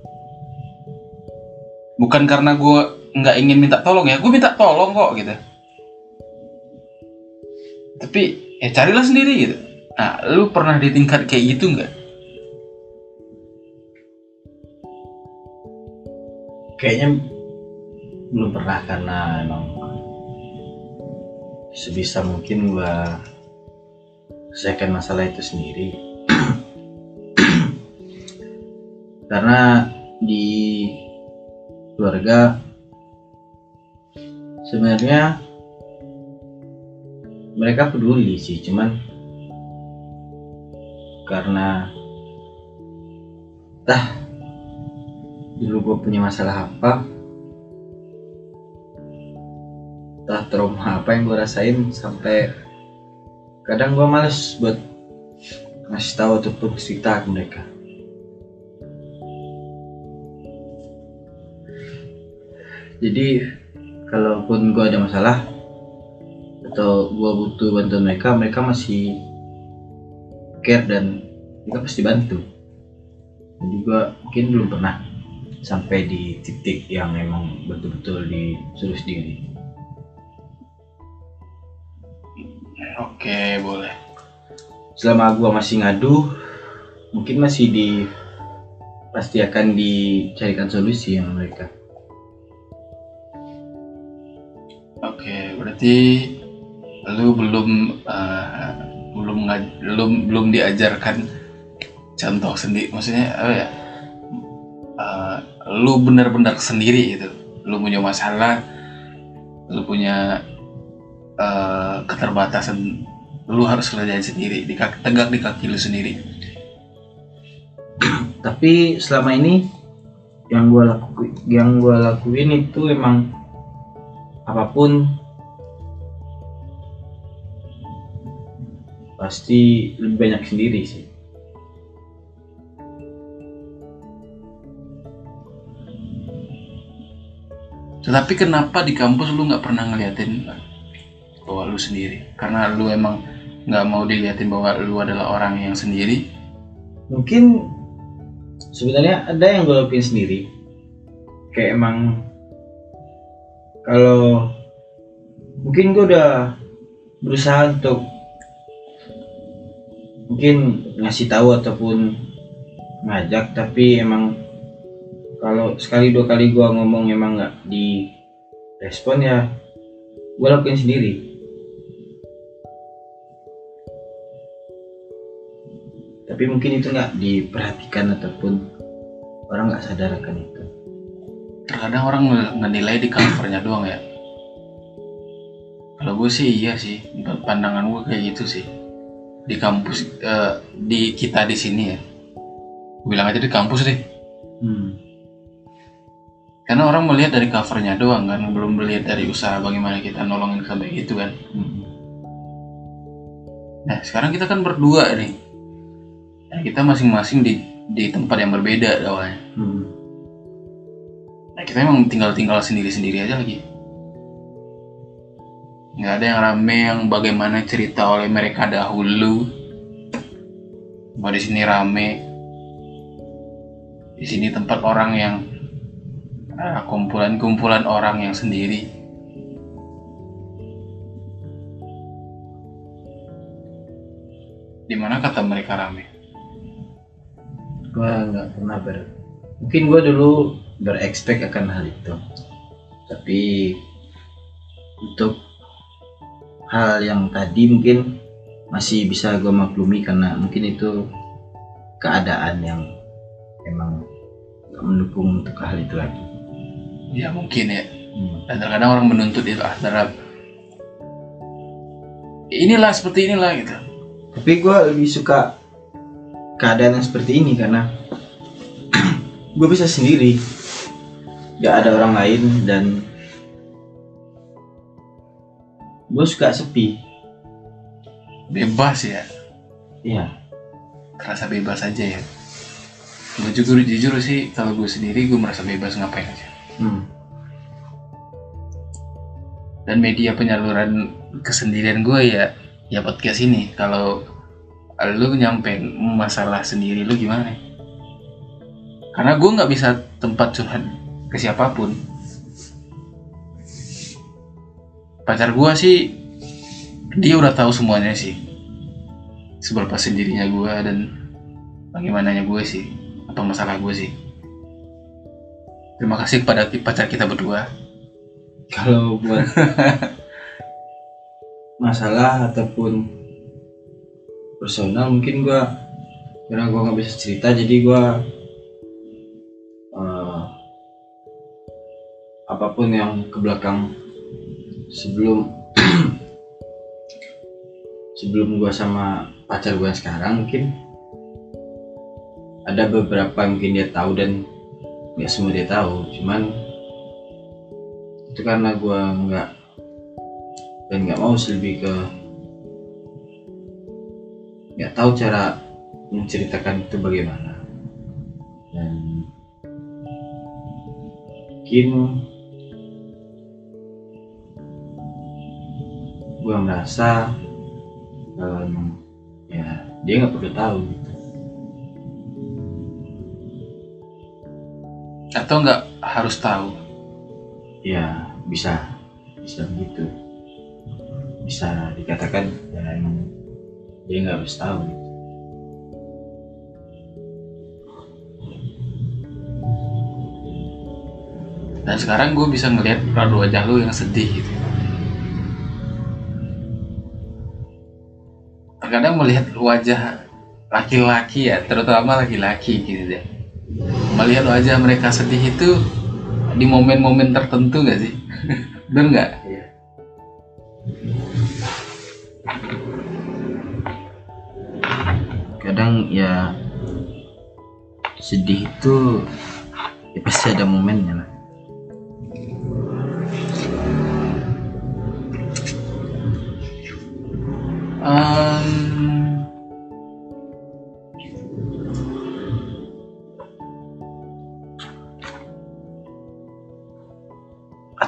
Bukan karena gue nggak ingin minta tolong ya, gue minta tolong kok gitu. Tapi ya carilah sendiri gitu. Nah, lu pernah di tingkat kayak gitu nggak? Kayaknya belum pernah, karena emang sebisa mungkin gue selesaikan masalah itu sendiri. Karena di keluarga sebenarnya mereka peduli sih, cuman karena dulu gue punya masalah apa, trauma apa yang gue rasain, sampai kadang gue males buat ngasih tahu ataupun cerita ke mereka. Jadi kalaupun gue ada masalah atau gue butuh bantuan mereka masih care dan mereka pasti bantu. Jadi gue mungkin belum pernah sampai di titik yang emang betul-betul disuruh sendiri. Oke, boleh. Selama gue masih ngadu, mungkin pasti akan dicarikan solusi sama mereka. Oke, berarti lu belum diajarkan contoh sendiri, maksudnya apa ya? Lu benar-benar sendiri gitu. Lu punya masalah, lu punya keterbatasan, lu harus kerjain sendiri, tegak di kaki lu sendiri. Tapi selama ini yang gue lakuin itu emang apapun pasti lebih banyak sendiri sih. Tetapi kenapa di kampus lu nggak pernah ngeliatin bahwa lu sendiri? Karena lu emang nggak mau diliatin bahwa lu adalah orang yang sendiri. Mungkin sebenarnya ada yang gue lakuin sendiri, kayak emang kalau mungkin gue udah berusaha untuk mungkin ngasih tahu ataupun ngajak, tapi emang kalau sekali dua kali gue ngomong emang nggak direspon, ya gue lakuin sendiri. Tapi mungkin itu nggak diperhatikan ataupun orang nggak sadar akan itu. Terkadang orang ngenilai di covernya doang ya. Kalau gue sih iya sih, pandangan gue kayak gitu sih. Di kampus, di kita di sini ya, gue bilang aja di kampus deh. Karena orang melihat dari covernya doang kan, belum melihat dari usaha bagaimana kita nolongin sampai gitu kan. Nah sekarang kita kan berdua nih, nah, kita masing-masing di tempat yang berbeda awalnya. Nah kita emang tinggal sendiri-sendiri aja lagi. Nggak ada yang rame yang bagaimana cerita oleh mereka dahulu. Bahwa di sini rame, di sini tempat orang yang kumpulan orang yang sendiri. Di mana kata mereka rame? Gue nggak pernah mungkin gue dulu berekspek akan hal itu, tapi untuk hal yang tadi mungkin masih bisa gue maklumi karena mungkin itu keadaan yang emang gak mendukung untuk hal itu lagi. Ya mungkin ya. Dan terkadang orang menuntut itu terhadap inilah seperti inilah gitu. Tapi gue lebih suka keadaan yang seperti ini karena gue bisa sendiri, gak ada orang lain, dan gue suka sepi. Bebas ya. Iya. Terasa bebas aja ya. Gue jujur sih kalau gue sendiri gue merasa bebas ngapain aja. Dan media penyaluran kesendirian gue ya podcast ini. Kalau lu nyampein masalah sendiri lu gimana? Karena gue nggak bisa tempat curhat ke siapapun. Pacar gue sih dia udah tahu semuanya sih, seberapa sendirinya gue dan bagaimananya gue sih, apa masalah gue sih. Terima kasih kepada pacar kita berdua. Kalau buat masalah ataupun personal mungkin gue, karena gue nggak bisa cerita, jadi gue apapun yang ke belakang sebelum gue sama pacar gue yang sekarang, mungkin ada beberapa yang mungkin dia tahu dan nggak semua dia tahu, cuman itu karena gue nggak mau sih, lebih ke nggak tahu cara menceritakan itu bagaimana. Dan mungkin gue merasa ya dia nggak perlu tahu gitu. Atau nggak harus tahu? Ya bisa begitu, bisa dikatakan ya emang dia nggak harus tahu gitu. Dan sekarang gue bisa ngelihat raut wajah lu yang sedih gitu. Terkadang melihat wajah laki-laki ya, terutama laki-laki gitu deh, melihat wajah mereka sedih itu di momen-momen tertentu gak sih? Bener gak? Iya. Kadang ya sedih itu ya pasti ada momennya lah.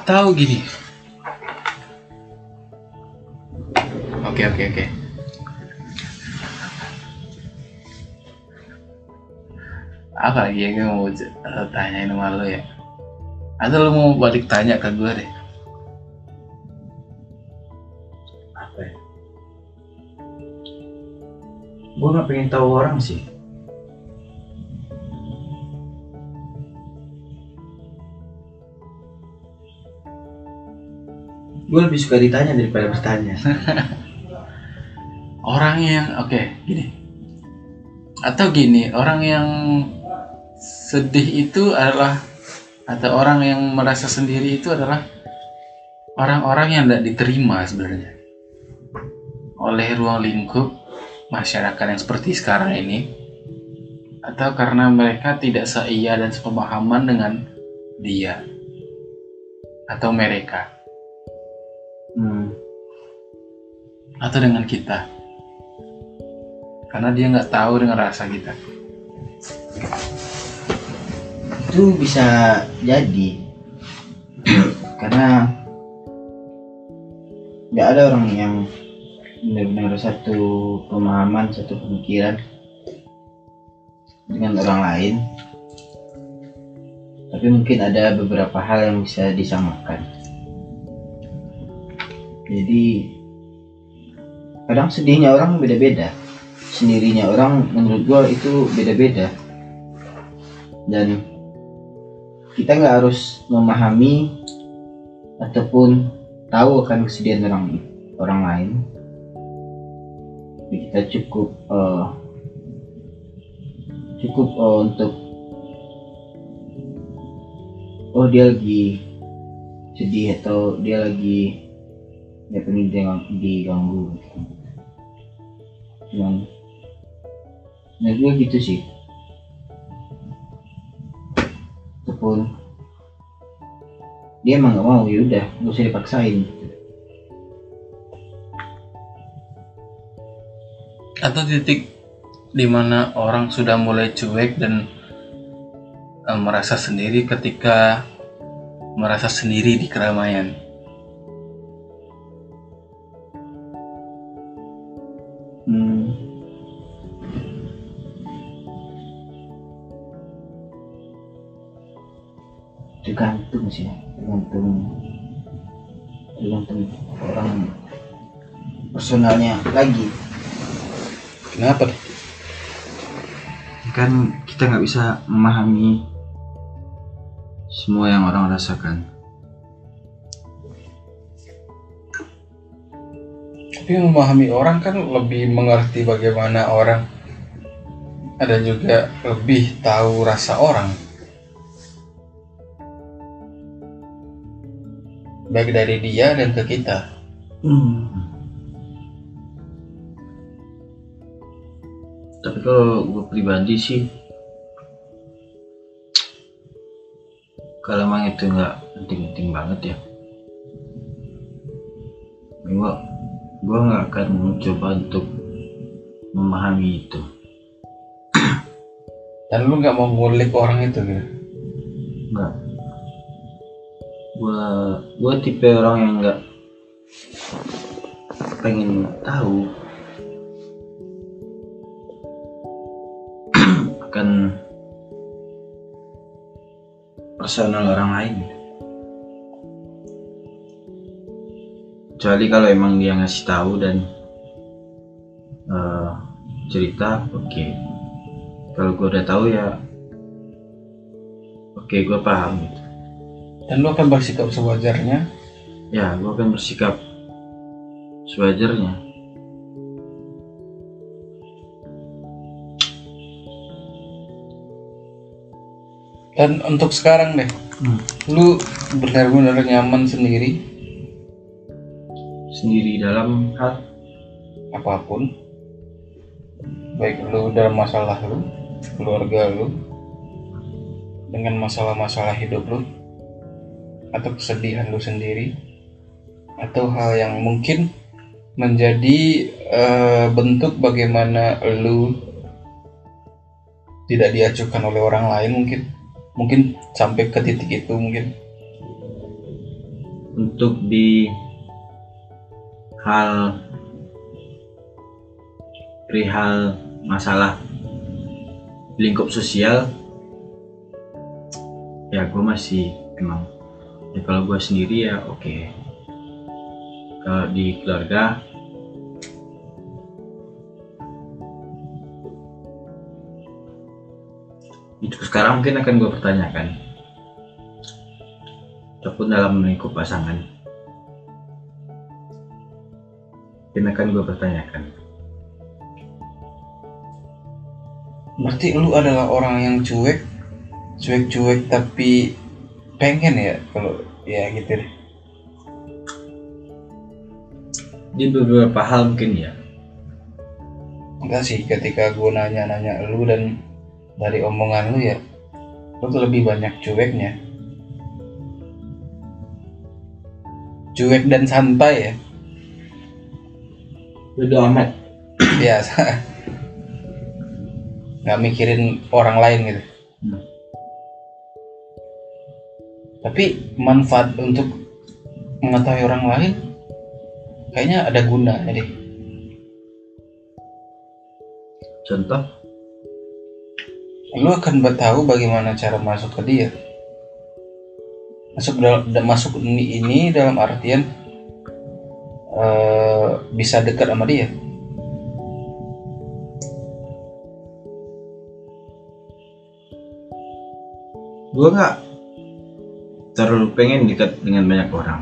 Atau gini. Oke. Apa lagi yang gue mau tanyain sama lo ya? Atau lo mau balik tanya ke gue deh? Apa ya? Gue nggak pengen tahu orang sih. Gue lebih suka ditanya daripada bertanya. Orang yang gini. Atau gini, orang yang sedih itu adalah, atau orang yang merasa sendiri itu adalah orang-orang yang tidak diterima sebenarnya oleh ruang lingkup masyarakat yang seperti sekarang ini, atau karena mereka tidak seia dan sepemahaman dengan dia atau mereka, atau dengan kita, karena dia nggak tahu dengan rasa kita. Itu bisa jadi karena nggak ada orang yang benar-benar satu pemahaman, satu pemikiran dengan orang lain, tapi mungkin ada beberapa hal yang bisa disamakan. Jadi kadang sedihnya orang beda-beda, sendirinya orang menurut gua itu beda-beda, dan kita nggak harus memahami ataupun tahu akan kesedihan orang lain. Jadi kita cukup untuk dia lagi sedih atau dia lagi diganggu. Cuman menurut gue gitu sih. Ataupun dia emang nggak mau, ya udah nggak usah dipaksain. Atau titik dimana orang sudah mulai cuek dan merasa sendiri ketika merasa sendiri di keramaian. Tergantung sih, tergantung orang personalnya lagi. Kenapa deh? Kan kita nggak bisa memahami semua yang orang rasakan. Tapi memahami orang kan lebih mengerti bagaimana orang, ada juga lebih tahu rasa orang, baik dari dia dan ke kita. Tapi kalau gue pribadi sih, kalau emang itu nggak penting-penting banget ya, gue nggak akan mencoba untuk memahami itu. Dan lu nggak mau ngulik orang itu gitu? Nggak. Gue tipe orang yang nggak pengen tahu akan personal orang lain, kecuali kalau emang dia ngasih tahu dan cerita, oke. Kalau gue udah tahu ya oke, gue paham gitu. Dan lu akan bersikap sewajarnya? Ya, gue akan bersikap sewajarnya. Dan untuk sekarang deh, lu benar-benar nyaman sendiri dalam hal apapun, baik lu dalam masalah lu, keluarga lu, dengan masalah-masalah hidup lu, atau kesedihan lu sendiri, atau hal yang mungkin menjadi bentuk bagaimana lu tidak diacuhkan oleh orang lain, mungkin sampai ke titik itu mungkin. untuk di hal perihal masalah lingkup sosial, ya gue masih emang ya kalau gue sendiri ya oke. Kalau di keluarga itu sekarang mungkin akan gue pertanyakan, ataupun dalam lingkup pasangan mungkin akan gue pertanyakan. Berarti lu adalah orang yang cuek tapi pengen ya, kalau ya gitu deh. Di beberapa hal mungkin ya. Enggak sih, ketika gue nanya lu dan dari omongan lu ya, lu tuh lebih banyak cueknya. Cuek dan santai ya. Bodo amat. Biasa. Nggak mikirin orang lain gitu. Tapi manfaat untuk mengetahui orang lain kayaknya ada gunanya deh. Contoh, Lu akan tahu bagaimana cara masuk ke dia. Masuk ini dalam artian bisa dekat sama dia. gue nggak terlalu pengen dekat dengan banyak orang.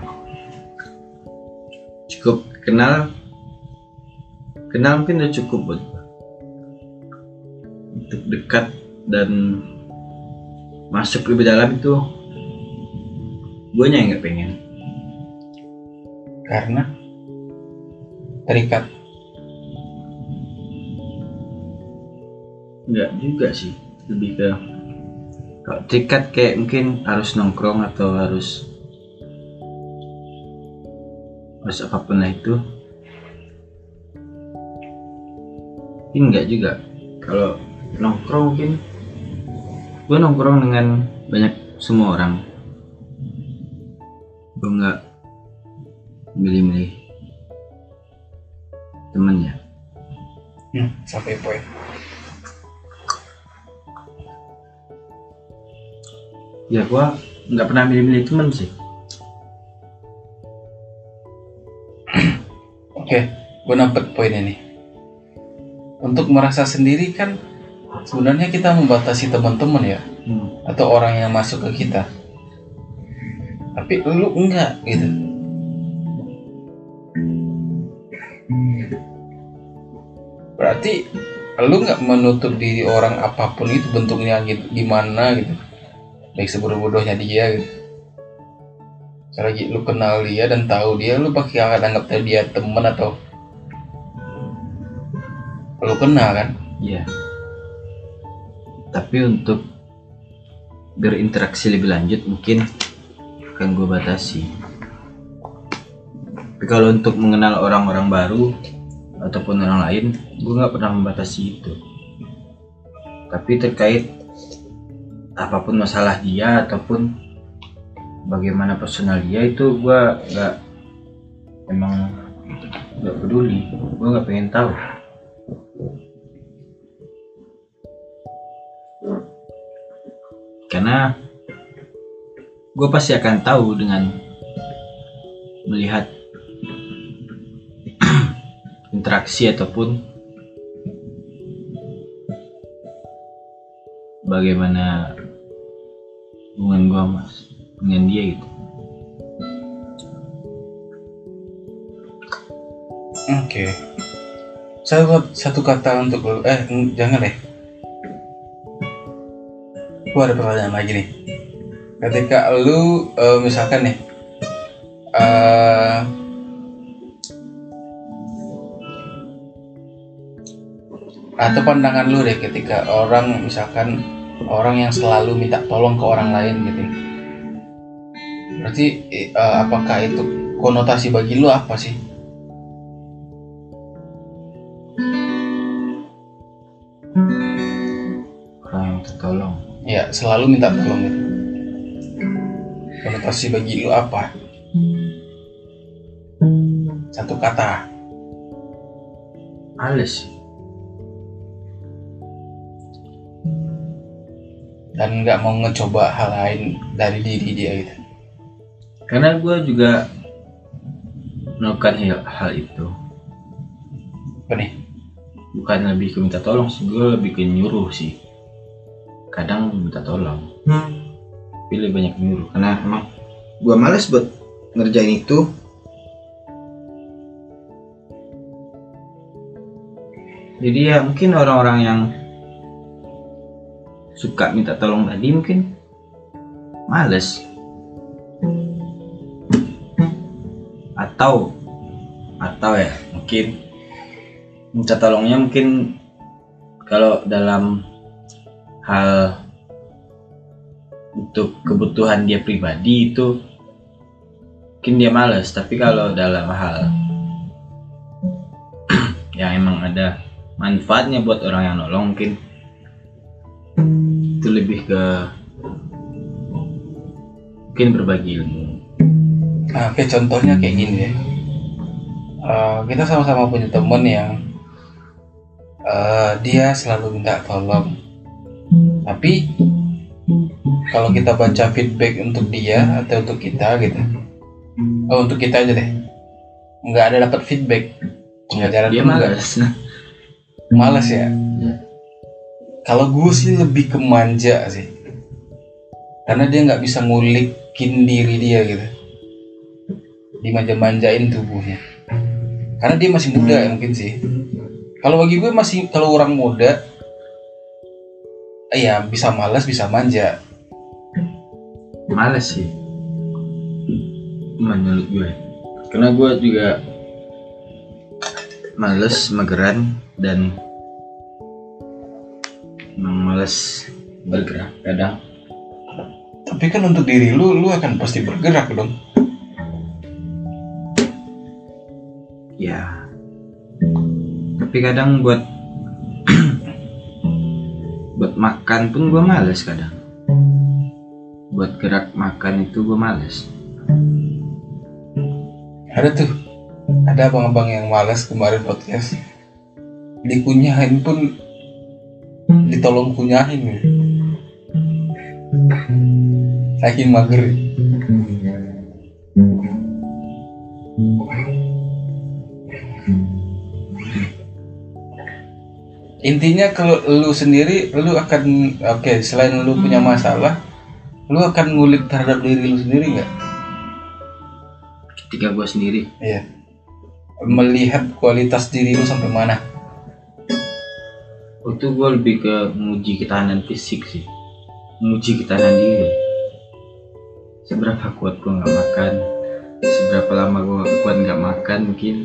Cukup kenal mungkin udah cukup buat gue. Untuk dekat dan masuk lebih dalam itu gue nya nggak pengen. Karena terikat. Nggak juga sih, lebih ke kalau terikat kayak mungkin harus nongkrong atau harus apapun lah itu. Ini enggak juga. Kalau nongkrong mungkin gue nongkrong dengan banyak semua orang. Gue nggak milih-milih temennya. Sampai poin. Ya gue nggak pernah milih-milih temen sih. Oke, gue dapet poin ini. Untuk merasa sendiri kan sebenarnya kita membatasi teman-teman ya, atau orang yang masuk ke kita. Tapi lu enggak gitu. Berarti lu nggak menutup diri orang apapun itu bentuknya gitu, gimana gitu. Baik sebodoh-bodohnya dia gitu. Selagi lu kenal dia dan tahu dia, lu pasti akan anggap dia teman atau lu kenal kan? Iya. Tapi untuk berinteraksi lebih lanjut mungkin akan gue batasi. Tapi kalau untuk mengenal orang-orang baru ataupun orang lain, gue nggak pernah membatasi itu. Tapi terkait apapun masalah dia ataupun bagaimana personal dia itu gue nggak peduli. Gue nggak pengen tahu. Karena gue pasti akan tahu dengan melihat interaksi ataupun bagaimana hubungan gue dengan dia gitu. Oke. Satu kata untuk lu. Jangan deh. Gua ada pertanyaan lagi nih. Ketika lu misalkan nih atau pandangan lu deh ketika orang misalkan orang yang selalu minta tolong ke orang lain gitu. Berarti apakah itu konotasi bagi lu apa sih? Orang yang tertolong. Ya, selalu minta tolong gitu. Konotasi bagi lu apa? Satu kata. Males sih. Dan nggak mau ngecoba hal lain dari diri dia gitu. Karena gue juga melakukan hal itu. Apa nih? Bukan lebih ke minta tolong sih, gue lebih ke nyuruh sih. Kadang minta tolong, tapi lebih banyak nyuruh. Karena emang gue males buat ngerjain itu. Jadi ya mungkin orang-orang yang suka minta tolong tadi mungkin males. Atau ya mungkin minta tolongnya mungkin kalau dalam hal untuk kebutuhan dia pribadi itu mungkin dia males, tapi kalau dalam hal yang emang ada manfaatnya buat orang yang nolong mungkin itu lebih ke mungkin berbagi ilmu. Nah, oke, contohnya kayak gini ya. Kita sama-sama punya temen yang dia selalu minta tolong, tapi kalau kita baca feedback untuk dia atau untuk kita gitu, untuk kita aja deh, nggak ada dapat feedback. Pengajaran Dia pun nggak. Males ya. Kalau gue sih lebih ke manja sih, karena dia nggak bisa ngulikin diri dia gitu, dimanja-manjain tubuhnya, karena dia masih muda ya mungkin sih. Kalau bagi gue masih, kalau orang muda ya bisa malas bisa manja. Males sih menurut gue, karena gue juga males, mageran, dan emang males bergerak kadang. Tapi kan untuk diri lu akan pasti bergerak dong. Ya, tapi kadang buat buat makan pun gue males kadang. Buat gerak makan itu gue males. Ada abang-abang yang malas kemarin podcast, dikunyahin pun ditolong kunyahin gitu. Saking mager. Intinya kalau lu sendiri, lu akan selain lu punya masalah, lu akan ngulik terhadap diri lu sendiri nggak? Ketika gue sendiri, Iya. Melihat kualitas diri lu sampai mana? itu gue lebih ke menguji ketahanan fisik sih, menguji ketahanan diri. Seberapa kuat gue nggak makan, seberapa lama gue kuat nggak makan mungkin.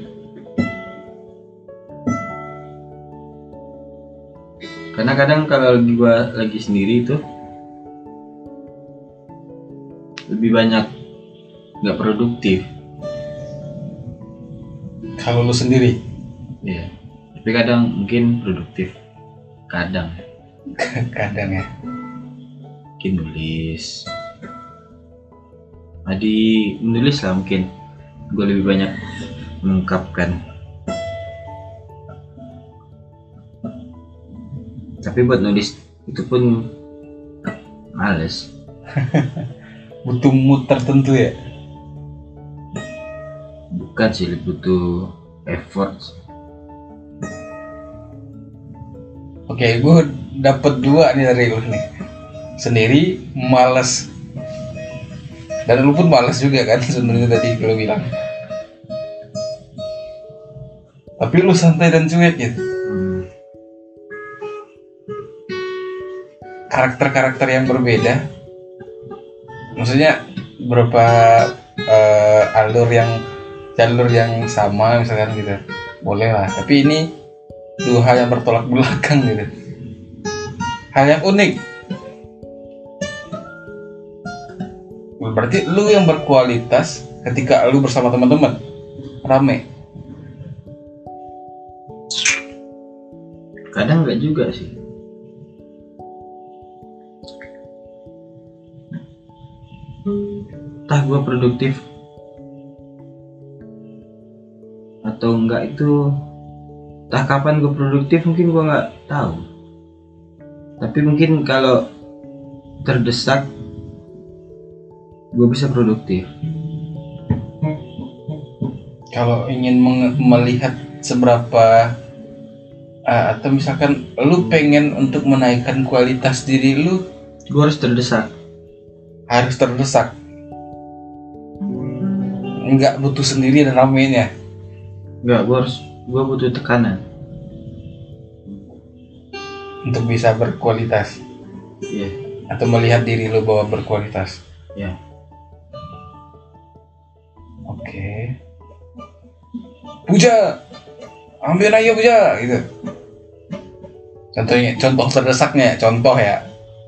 Karena kadang kalau gue lagi sendiri itu lebih banyak nggak produktif. Kalau lu sendiri? Iya. Tapi kadang mungkin produktif. Kadang ya. Mungkin nulis. Menulis lah mungkin. Gue lebih banyak mengungkapkan. Tapi buat nulis itu pun males. Butuh mood tertentu ya? Bukan sih, butuh effort. Oke, gue dapet 2 nih dari lu nih. Sendiri males, dan lu pun males juga kan sebenarnya tadi lu bilang. Tapi lu santai dan cuek gitu. Karakter-karakter yang berbeda, maksudnya beberapa jalur yang sama misalkan gitu, boleh lah. Tapi ini 2 hal yang bertolak belakang gitu, hal yang unik. Berarti lu yang berkualitas ketika lu bersama teman-teman rame. Kadang nggak juga sih. Entah gue produktif atau enggak itu entah kapan gue produktif mungkin gue nggak tahu, tapi mungkin kalau terdesak gue bisa produktif. Kalau ingin melihat seberapa atau misalkan lu pengen untuk menaikkan kualitas diri lu, gue harus terdesak. Nggak butuh sendiri dan ramein ya. Nggak, gue butuh tekanan untuk bisa berkualitas. Iya. Atau melihat diri lu bahwa berkualitas. Iya. Oke. Puja, ambil aja Puja gitu. Contoh terdesaknya, contoh ya.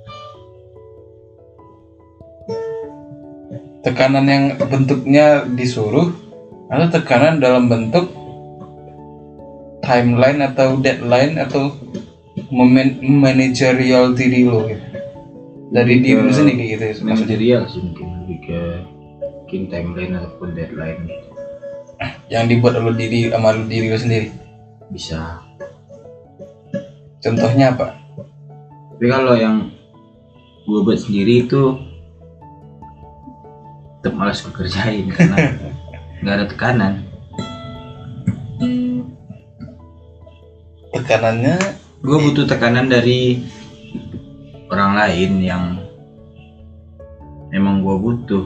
Tekanan yang bentuknya disuruh atau tekanan dalam bentuk timeline atau deadline atau manajerial diri lo gitu. Dari diri lo sendiri gitu ya. Manajerial sih mungkin lebih ke timeline ataupun deadline gitu. Yang dibuat lo diri sama lo diri lo sendiri. Bisa. Contohnya apa? Tapi kalau yang gue buat sendiri itu tetap malas gue kerjain karena nggak ada tekanan. Tekanannya Gue butuh tekanan dari orang lain yang emang gue butuh,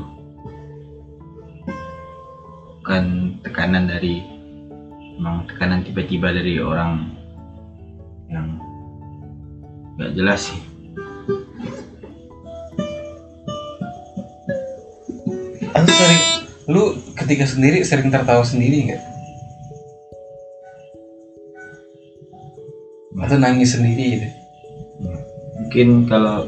bukan tekanan dari tekanan tiba-tiba dari orang yang nggak jelas sih. Lu ketika sendiri sering tertawa sendiri nggak? Atau nangis sendiri gitu? Mungkin kalau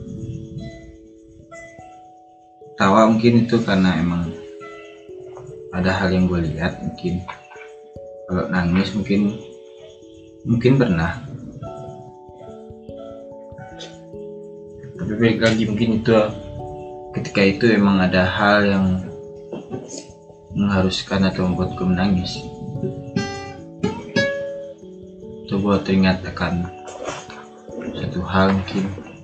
tawa mungkin itu karena emang ada hal yang gue lihat. Mungkin kalau nangis mungkin pernah, tapi balik lagi mungkin itu ketika itu emang ada hal yang mengharuskan atau membuat gue menangis. Coba teringat akan satu hal mungkin.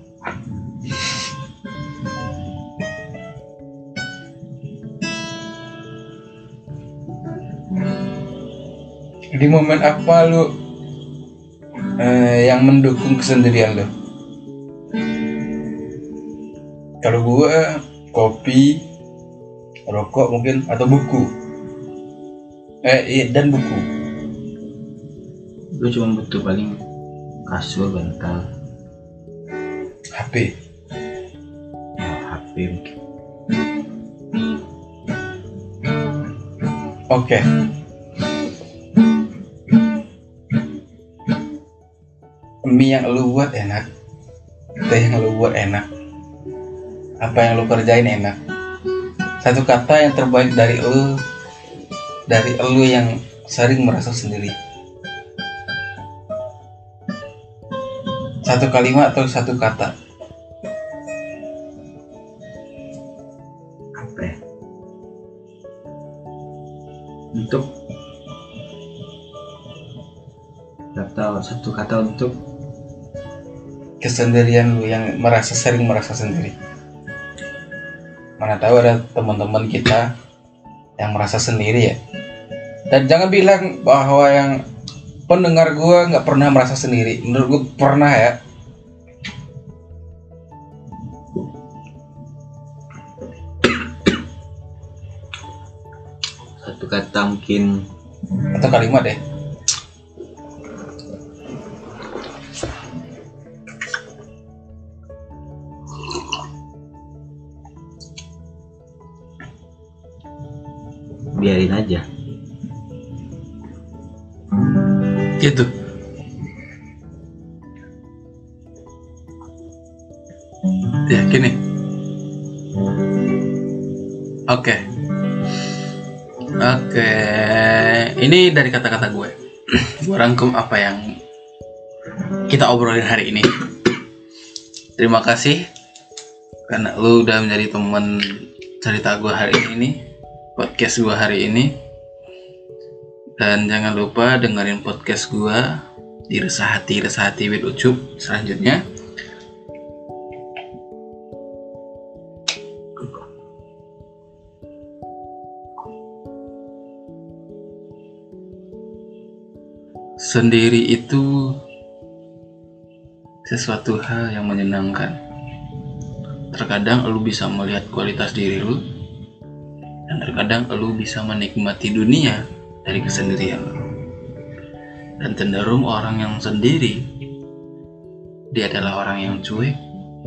Di momen apa lu yang mendukung kesendirian lu? Kalau gua kopi, rokok mungkin, atau buku. Dan buku. Gue cuma butuh paling kasur, bantal, HP. HP mungkin. Oke. Mie yang lu buat enak, teh yang lu buat enak, apa yang lu kerjain enak. Satu kata yang terbaik dari lu yang sering merasa sendiri. Satu kalimat atau satu kata. Apa ya? Untuk satu kata untuk kesendirian lu yang sering merasa sendiri. Mana tahu ada teman-teman kita yang merasa sendiri ya. Dan jangan bilang bahwa yang pendengar gue nggak pernah merasa sendiri. Menurut gue pernah ya. satu kata mungkin Atau kalimat deh. biarin aja. Gitu. Yakin nih? Oke. Ini dari kata-kata gue. Gue rangkum apa yang kita obrolin hari ini. Terima kasih karena lu udah menjadi teman cerita gue hari ini, podcast gue hari ini. Dan jangan lupa dengerin podcast gua di Resah Hati with Ucup selanjutnya. Sendiri itu sesuatu hal yang menyenangkan. Terkadang lu bisa melihat kualitas diri lu, dan terkadang lu bisa menikmati dunia dari kesendirian lu. Dan cenderung orang yang sendiri, dia adalah orang yang cuek.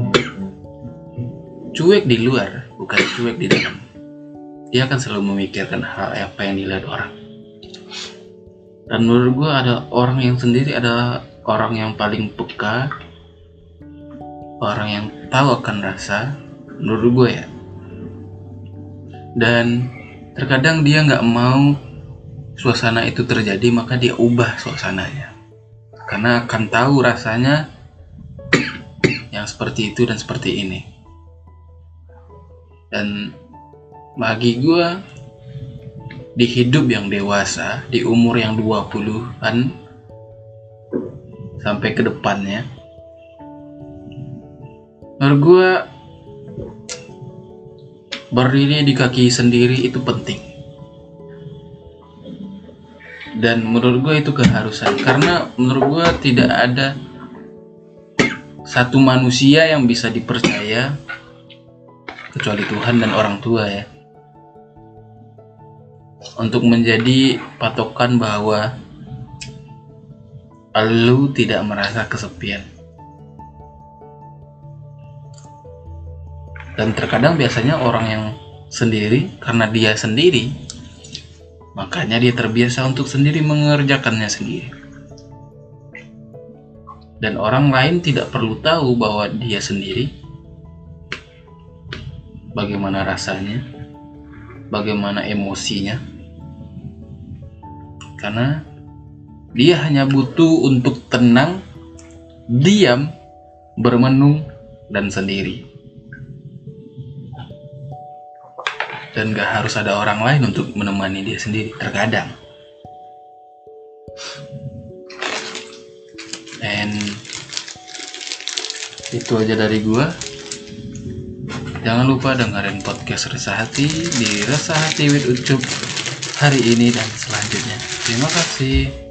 Cuek di luar, bukan cuek di dalam. Dia akan selalu memikirkan hal apa yang dilihat orang. Dan menurut gue ada orang yang sendiri adalah orang yang paling peka, orang yang tahu akan rasa, menurut gue ya. Dan terkadang dia nggak mau suasana itu terjadi, maka dia ubah suasananya. Karena akan tahu rasanya yang seperti itu dan seperti ini. Dan bagi gue, di hidup yang dewasa, di umur yang 20-an sampai ke depannya, menurut gue berdiri di kaki sendiri itu penting. Dan menurut gue itu keharusan, karena menurut gue tidak ada satu manusia yang bisa dipercaya kecuali Tuhan dan orang tua ya, untuk menjadi patokan bahwa lu tidak merasa kesepian. Dan terkadang biasanya orang yang sendiri, karena dia sendiri, makanya dia terbiasa untuk sendiri mengerjakannya sendiri. Dan orang lain tidak perlu tahu bahwa dia sendiri, bagaimana rasanya, bagaimana emosinya. Karena dia hanya butuh untuk tenang, diam, bermenung, dan sendiri. Dan gak harus ada orang lain untuk menemani dia sendiri, terkadang. And itu aja dari gua. Jangan lupa dengerin podcast Resah Hati di Resah Hati with Ucup hari ini dan selanjutnya. Terima kasih.